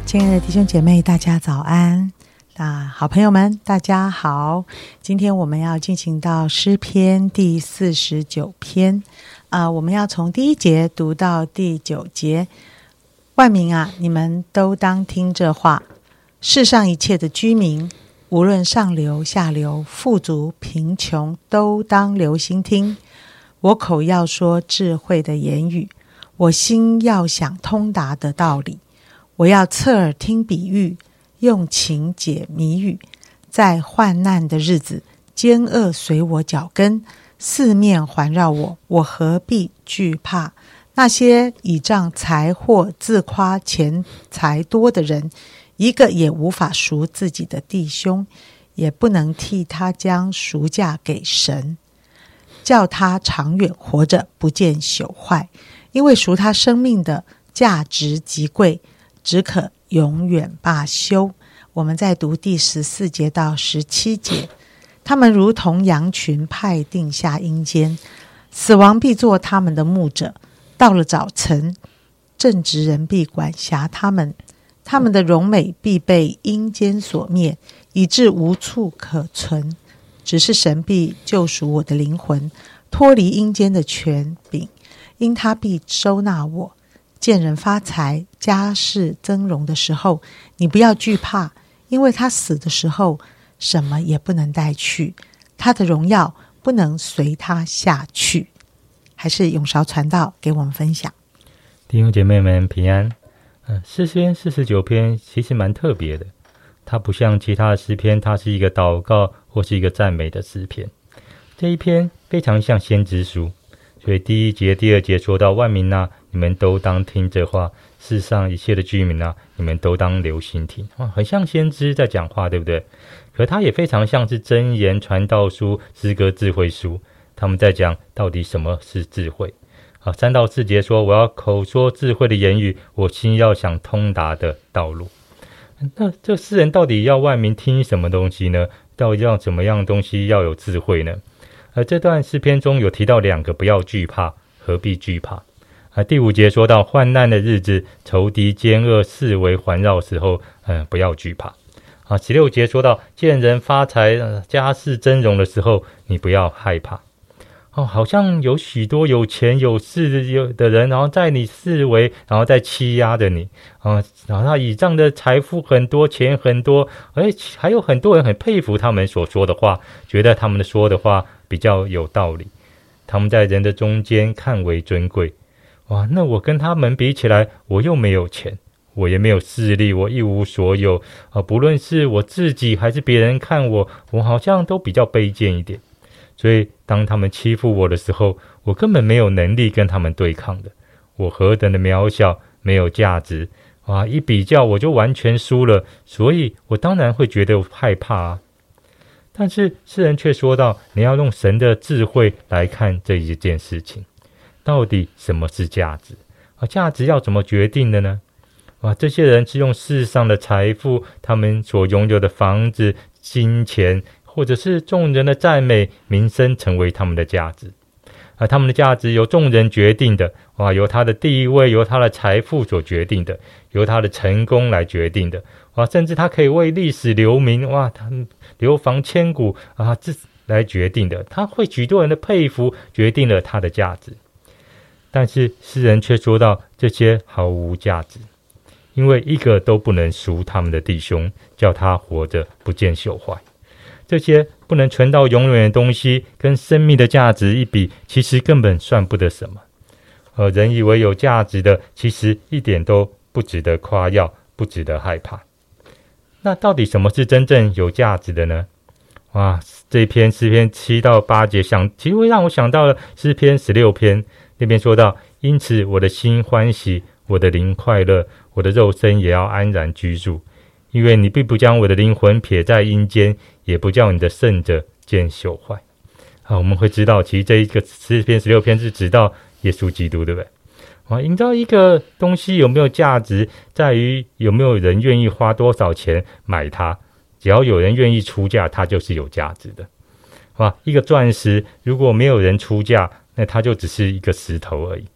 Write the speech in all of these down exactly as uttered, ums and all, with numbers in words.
亲爱的弟兄姐妹，大家早安。那好朋友们大家好，今天我们要进行到诗篇第四十九篇、呃、我们要从第一节读到第九节。万民啊，你们都当听这话，世上一切的居民，无论上流下流，富足贫穷，都当留心听。我口要说智慧的言语，我心要想通达的道理。我要侧耳听比喻，用情解谜语。在患难的日子，奸恶随我脚跟，四面环绕我，我何必惧怕？那些倚仗财货自夸钱财多的人，一个也无法赎自己的弟兄，也不能替他将赎价给神，叫他长远活着，不见朽坏。因为赎他生命的价值极贵，只可永远罢休。我们再读第十四节到十七节。他们如同羊群派定下阴间，死亡必做他们的牧者。到了早晨，正直人必管辖他们，他们的荣美必被阴间所灭，以致无处可存。只是神必救赎我的灵魂，脱离阴间的权柄，因他必收纳我。见人发财家世增荣的时候，你不要惧怕，因为他死的时候什么也不能带去，他的荣耀不能随他下去。还是永韶传道给我们分享。 弟兄姐妹们平安。呃，诗篇四十九篇其实蛮特别的，它不像其他的诗篇，它是一个祷告或是一个赞美的诗篇。这一篇非常像先知书，所以第一节第二节说到万民啊，你们都当听这话，世上一切的居民啊，你们都当留心听。哇，很像先知在讲话，对不对？可它也非常像是箴言传道书诗歌智慧书，他们在讲到底什么是智慧。好，三到四节说，我要口说智慧的言语，我心要想通达的道路。那这诗人到底要万民听什么东西呢？到底要怎么样的东西要有智慧呢？而这段诗篇中有提到两个不要惧怕，何必惧怕？啊，第五节说到患难的日子，仇敌奸恶四围环绕时候，嗯，不要惧怕。啊，十六节说到见人发财、呃、家世增荣的时候，你不要害怕。哦，好像有许多有钱有势的人，然后在你四围，然后在欺压着你，啊，然后他倚仗的财富很多，钱很多，而且还有很多人很佩服他们所说的话，觉得他们说的话比较有道理，他们在人的中间看为尊贵。哇，那我跟他们比起来，我又没有钱，我也没有势力，我一无所有啊！不论是我自己还是别人看我，我好像都比较卑贱一点。所以当他们欺负我的时候，我根本没有能力跟他们对抗的，我何等的渺小，没有价值啊！一比较我就完全输了，所以我当然会觉得害怕啊。但是诗人却说到，你要用神的智慧来看这一件事情，到底什么是价值啊？价值要怎么决定的呢？啊，这些人是用世上的财富，他们所拥有的房子、金钱，或者是众人的赞美、名声成为他们的价值，而他们的价值由众人决定的，哇，由他的地位、由他的财富所决定的，由他的成功来决定的，哇，甚至他可以为历史留名，哇，他流芳千古啊，这来决定的，他会许多人的佩服，决定了他的价值。但是诗人却说到，这些毫无价值，因为一个都不能赎他们的弟兄，叫他活着不见朽坏。这些不能存到永远的东西，跟生命的价值一比，其实根本算不得什么。而人以为有价值的，其实一点都不值得夸耀，不值得害怕。那到底什么是真正有价值的呢？哇，这篇诗篇七到八节想，其实会让我想到了诗篇十六篇，那边说到，因此我的心欢喜，我的灵快乐，我的肉身也要安然居住。因为你必不将我的灵魂撇在阴间，也不叫你的圣者见朽坏。好，我们会知道，其实这一个诗篇十六篇是指到耶稣基督，对不对？啊，你知道一个东西有没有价值，在于有没有人愿意花多少钱买它。只要有人愿意出价，它就是有价值的。啊，一个钻石如果没有人出价，那它就只是一个石头而已。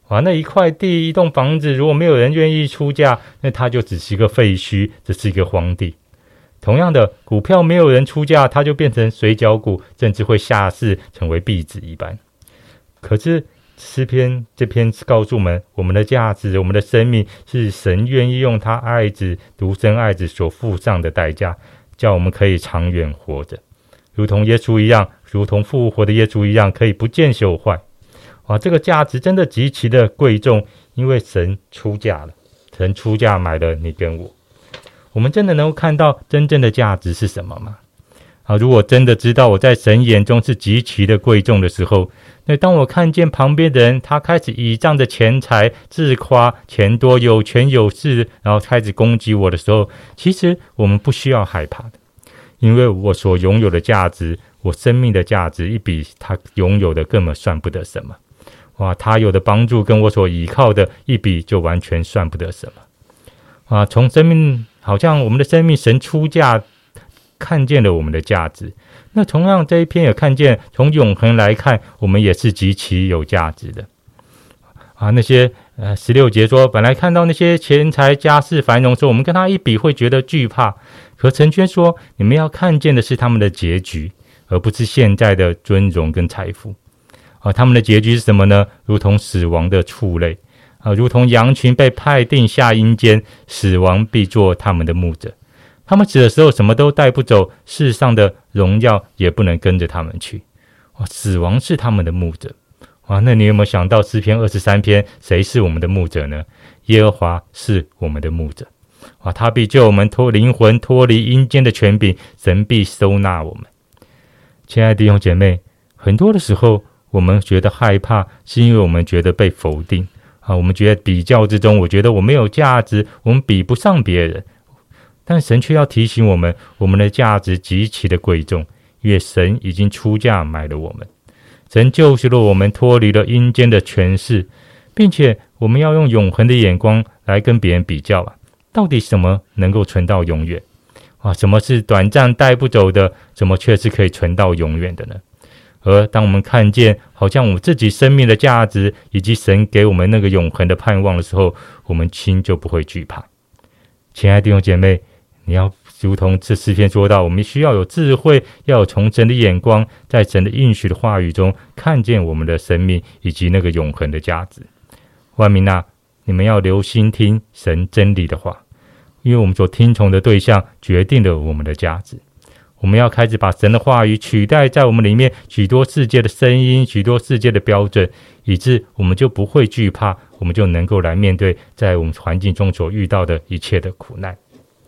啊，那一块地一栋房子如果没有人愿意出价，那它就只是一个废墟，只是一个荒地。同样的，股票没有人出价，它就变成水饺股，甚至会下市成为币纸一般。可是诗篇这篇告诉我们，我们的价值，我们的生命是神愿意用他爱子独生爱子所付上的代价，叫我们可以长远活着，如同耶稣一样，如同复活的耶稣一样，可以不见朽坏。哇，这个价值真的极其的贵重，因为神出价了，神出价买了你跟我。我们真的能够看到真正的价值是什么吗？啊，如果真的知道我在神眼中是极其的贵重的时候，那当我看见旁边的人他开始倚仗着钱财自夸钱多有权有势，然后开始攻击我的时候，其实我们不需要害怕的，因为我所拥有的价值，我生命的价值一比他拥有的根本算不得什么。哇，他有的帮助跟我所依靠的一比就完全算不得什么。啊，从生命好像我们的生命神出价看见了我们的价值，那同样这一篇也看见从永恒来看我们也是极其有价值的。啊，那些呃十六节说本来看到那些钱财家世繁荣说我们跟他一比会觉得惧怕，可陈娟说你们要看见的是他们的结局，而不是现在的尊荣跟财富。啊，他们的结局是什么呢？如同死亡的畜类啊，如同羊群被派定下阴间，死亡必做他们的牧者。他们死的时候什么都带不走，世上的荣耀也不能跟着他们去。哇，死亡是他们的牧者。哇，那你有没有想到诗篇二十三篇谁是我们的牧者呢？耶和华是我们的牧者。哇，他必救我们脱灵魂脱离阴间的权柄，神必收纳我们。亲爱的弟兄姐妹，很多的时候我们觉得害怕，是因为我们觉得被否定啊，我们觉得比较之中，我觉得我没有价值，我们比不上别人。但神却要提醒我们，我们的价值极其的贵重，因为神已经出价买了我们，神救赎了我们，脱离了阴间的权势，并且我们要用永恒的眼光来跟别人比较啊，到底什么能够存到永远啊？什么是短暂带不走的？什么却是可以存到永远的呢？而当我们看见好像我们自己生命的价值以及神给我们那个永恒的盼望的时候，我们心就不会惧怕。亲爱的弟兄姐妹，你要如同这诗篇说到，我们需要有智慧，要有从神的眼光，在神的应许的话语中看见我们的生命以及那个永恒的价值。万民啊，你们要留心听神真理的话，因为我们所听从的对象决定了我们的价值。我们要开始把神的话语取代在我们里面许多世界的声音，许多世界的标准，以致我们就不会惧怕，我们就能够来面对在我们环境中所遇到的一切的苦难。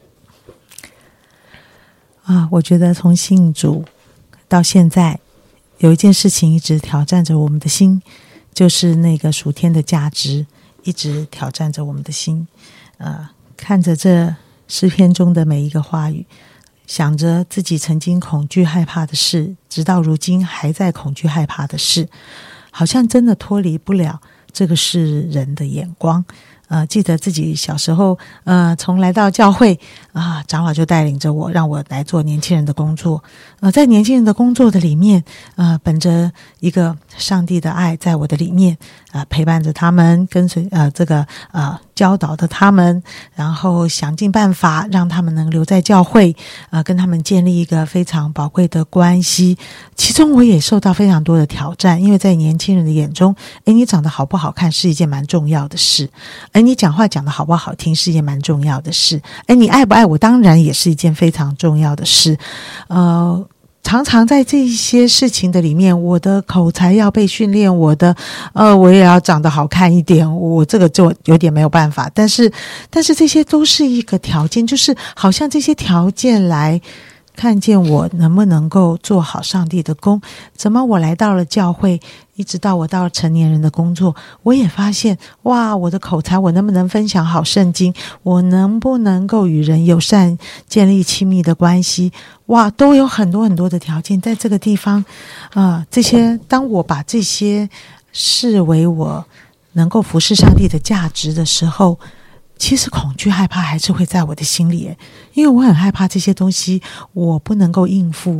啊，我觉得从信主到现在，有一件事情一直挑战着我们的心，就是那个属天的价值一直挑战着我们的心。呃，看着这诗篇中的每一个话语，想着自己曾经恐惧害怕的事，直到如今还在恐惧害怕的事，好像真的脱离不了这个世人的眼光。呃，记得自己小时候，呃，从来到教会啊、呃，长老就带领着我，让我来做年轻人的工作。呃，在年轻人的工作的里面，呃，本着一个上帝的爱在我的里面，呃，陪伴着他们，跟随呃这个呃教导的他们，然后想尽办法让他们能留在教会，呃，跟他们建立一个非常宝贵的关系。其中我也受到非常多的挑战，因为在年轻人的眼中，诶，你长得好不好看是一件蛮重要的事。哎，你讲话讲得好不好听是一件蛮重要的事。哎，你爱不爱我当然也是一件非常重要的事。呃，常常在这些事情的里面，我的口才要被训练，我的呃，我也要长得好看一点，我这个就有点没有办法。但是，但是这些都是一个条件，就是好像这些条件来看见我能不能够做好上帝的工。怎么我来到了教会，一直到我到了成年人的工作，我也发现，哇，我的口才，我能不能分享好圣经，我能不能够与人友善建立亲密的关系，哇，都有很多很多的条件。在这个地方啊、呃，这些当我把这些视为我能够服侍上帝的价值的时候，其实恐惧害怕还是会在我的心里耶，因为我很害怕这些东西我不能够应付，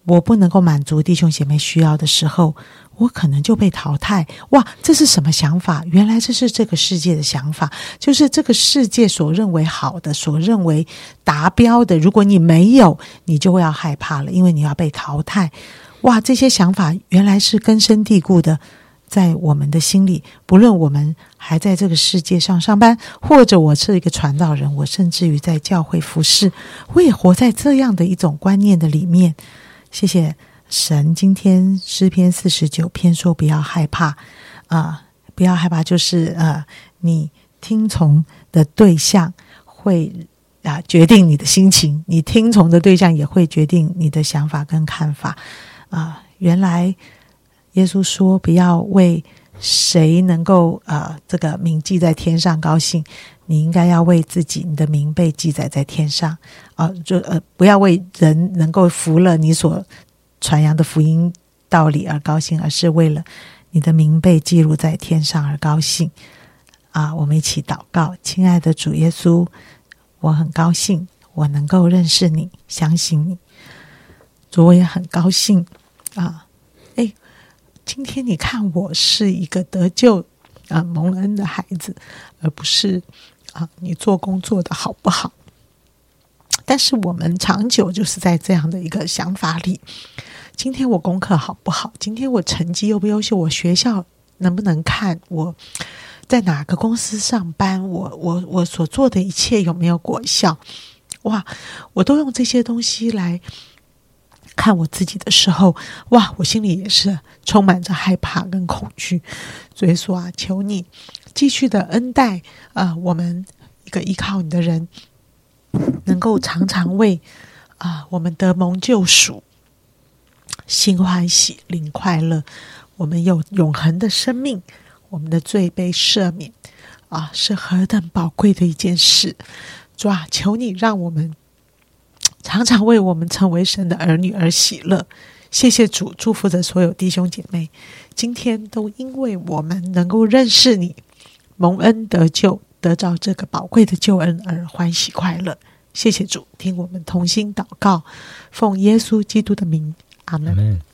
我不能够满足弟兄姐妹需要的时候，我可能就被淘汰。哇，这是什么想法？原来这是这个世界的想法，就是这个世界所认为好的，所认为达标的，如果你没有，你就会要害怕了，因为你要被淘汰。哇，这些想法原来是根深蒂固的在我们的心里，不论我们还在这个世界上上班，或者我是一个传道人，我甚至于在教会服侍，我也活在这样的一种观念的里面。谢谢神，今天诗篇四十九篇说不要害怕啊、呃，不要害怕，就是呃，你听从的对象会啊、呃、决定你的心情，你听从的对象也会决定你的想法跟看法啊、呃。原来耶稣说不要为谁能够呃这个名记在天上高兴，你应该要为自己，你的名被记载在天上啊、呃，就呃不要为人能够服了你所传扬的福音道理而高兴，而是为了你的名被记录在天上而高兴啊！我们一起祷告。亲爱的主耶稣，我很高兴我能够认识你，相信你。主，我也很高兴啊！哎，今天你看我是一个得救啊蒙恩的孩子，而不是啊你做工做得好不好。但是我们长久就是在这样的一个想法里，今天我功课好不好，今天我成绩优不优秀，我学校能不能看，我在哪个公司上班，我我我所做的一切有没有果效，哇，我都用这些东西来看我自己的时候，哇，我心里也是充满着害怕跟恐惧。所以说啊，求你继续的恩待呃我们一个依靠你的人，能够常常为啊、呃、我们得蒙救赎心欢喜领快乐，我们有永恒的生命，我们的罪被赦免啊，是何等宝贵的一件事。主啊，求你让我们常常为我们成为神的儿女而喜乐。谢谢主，祝福着所有弟兄姐妹，今天都因为我们能够认识你，蒙恩得救，得着这个宝贵的救恩而欢喜快乐。谢谢主，听我们同心祷告，奉耶稣基督的名，阿们。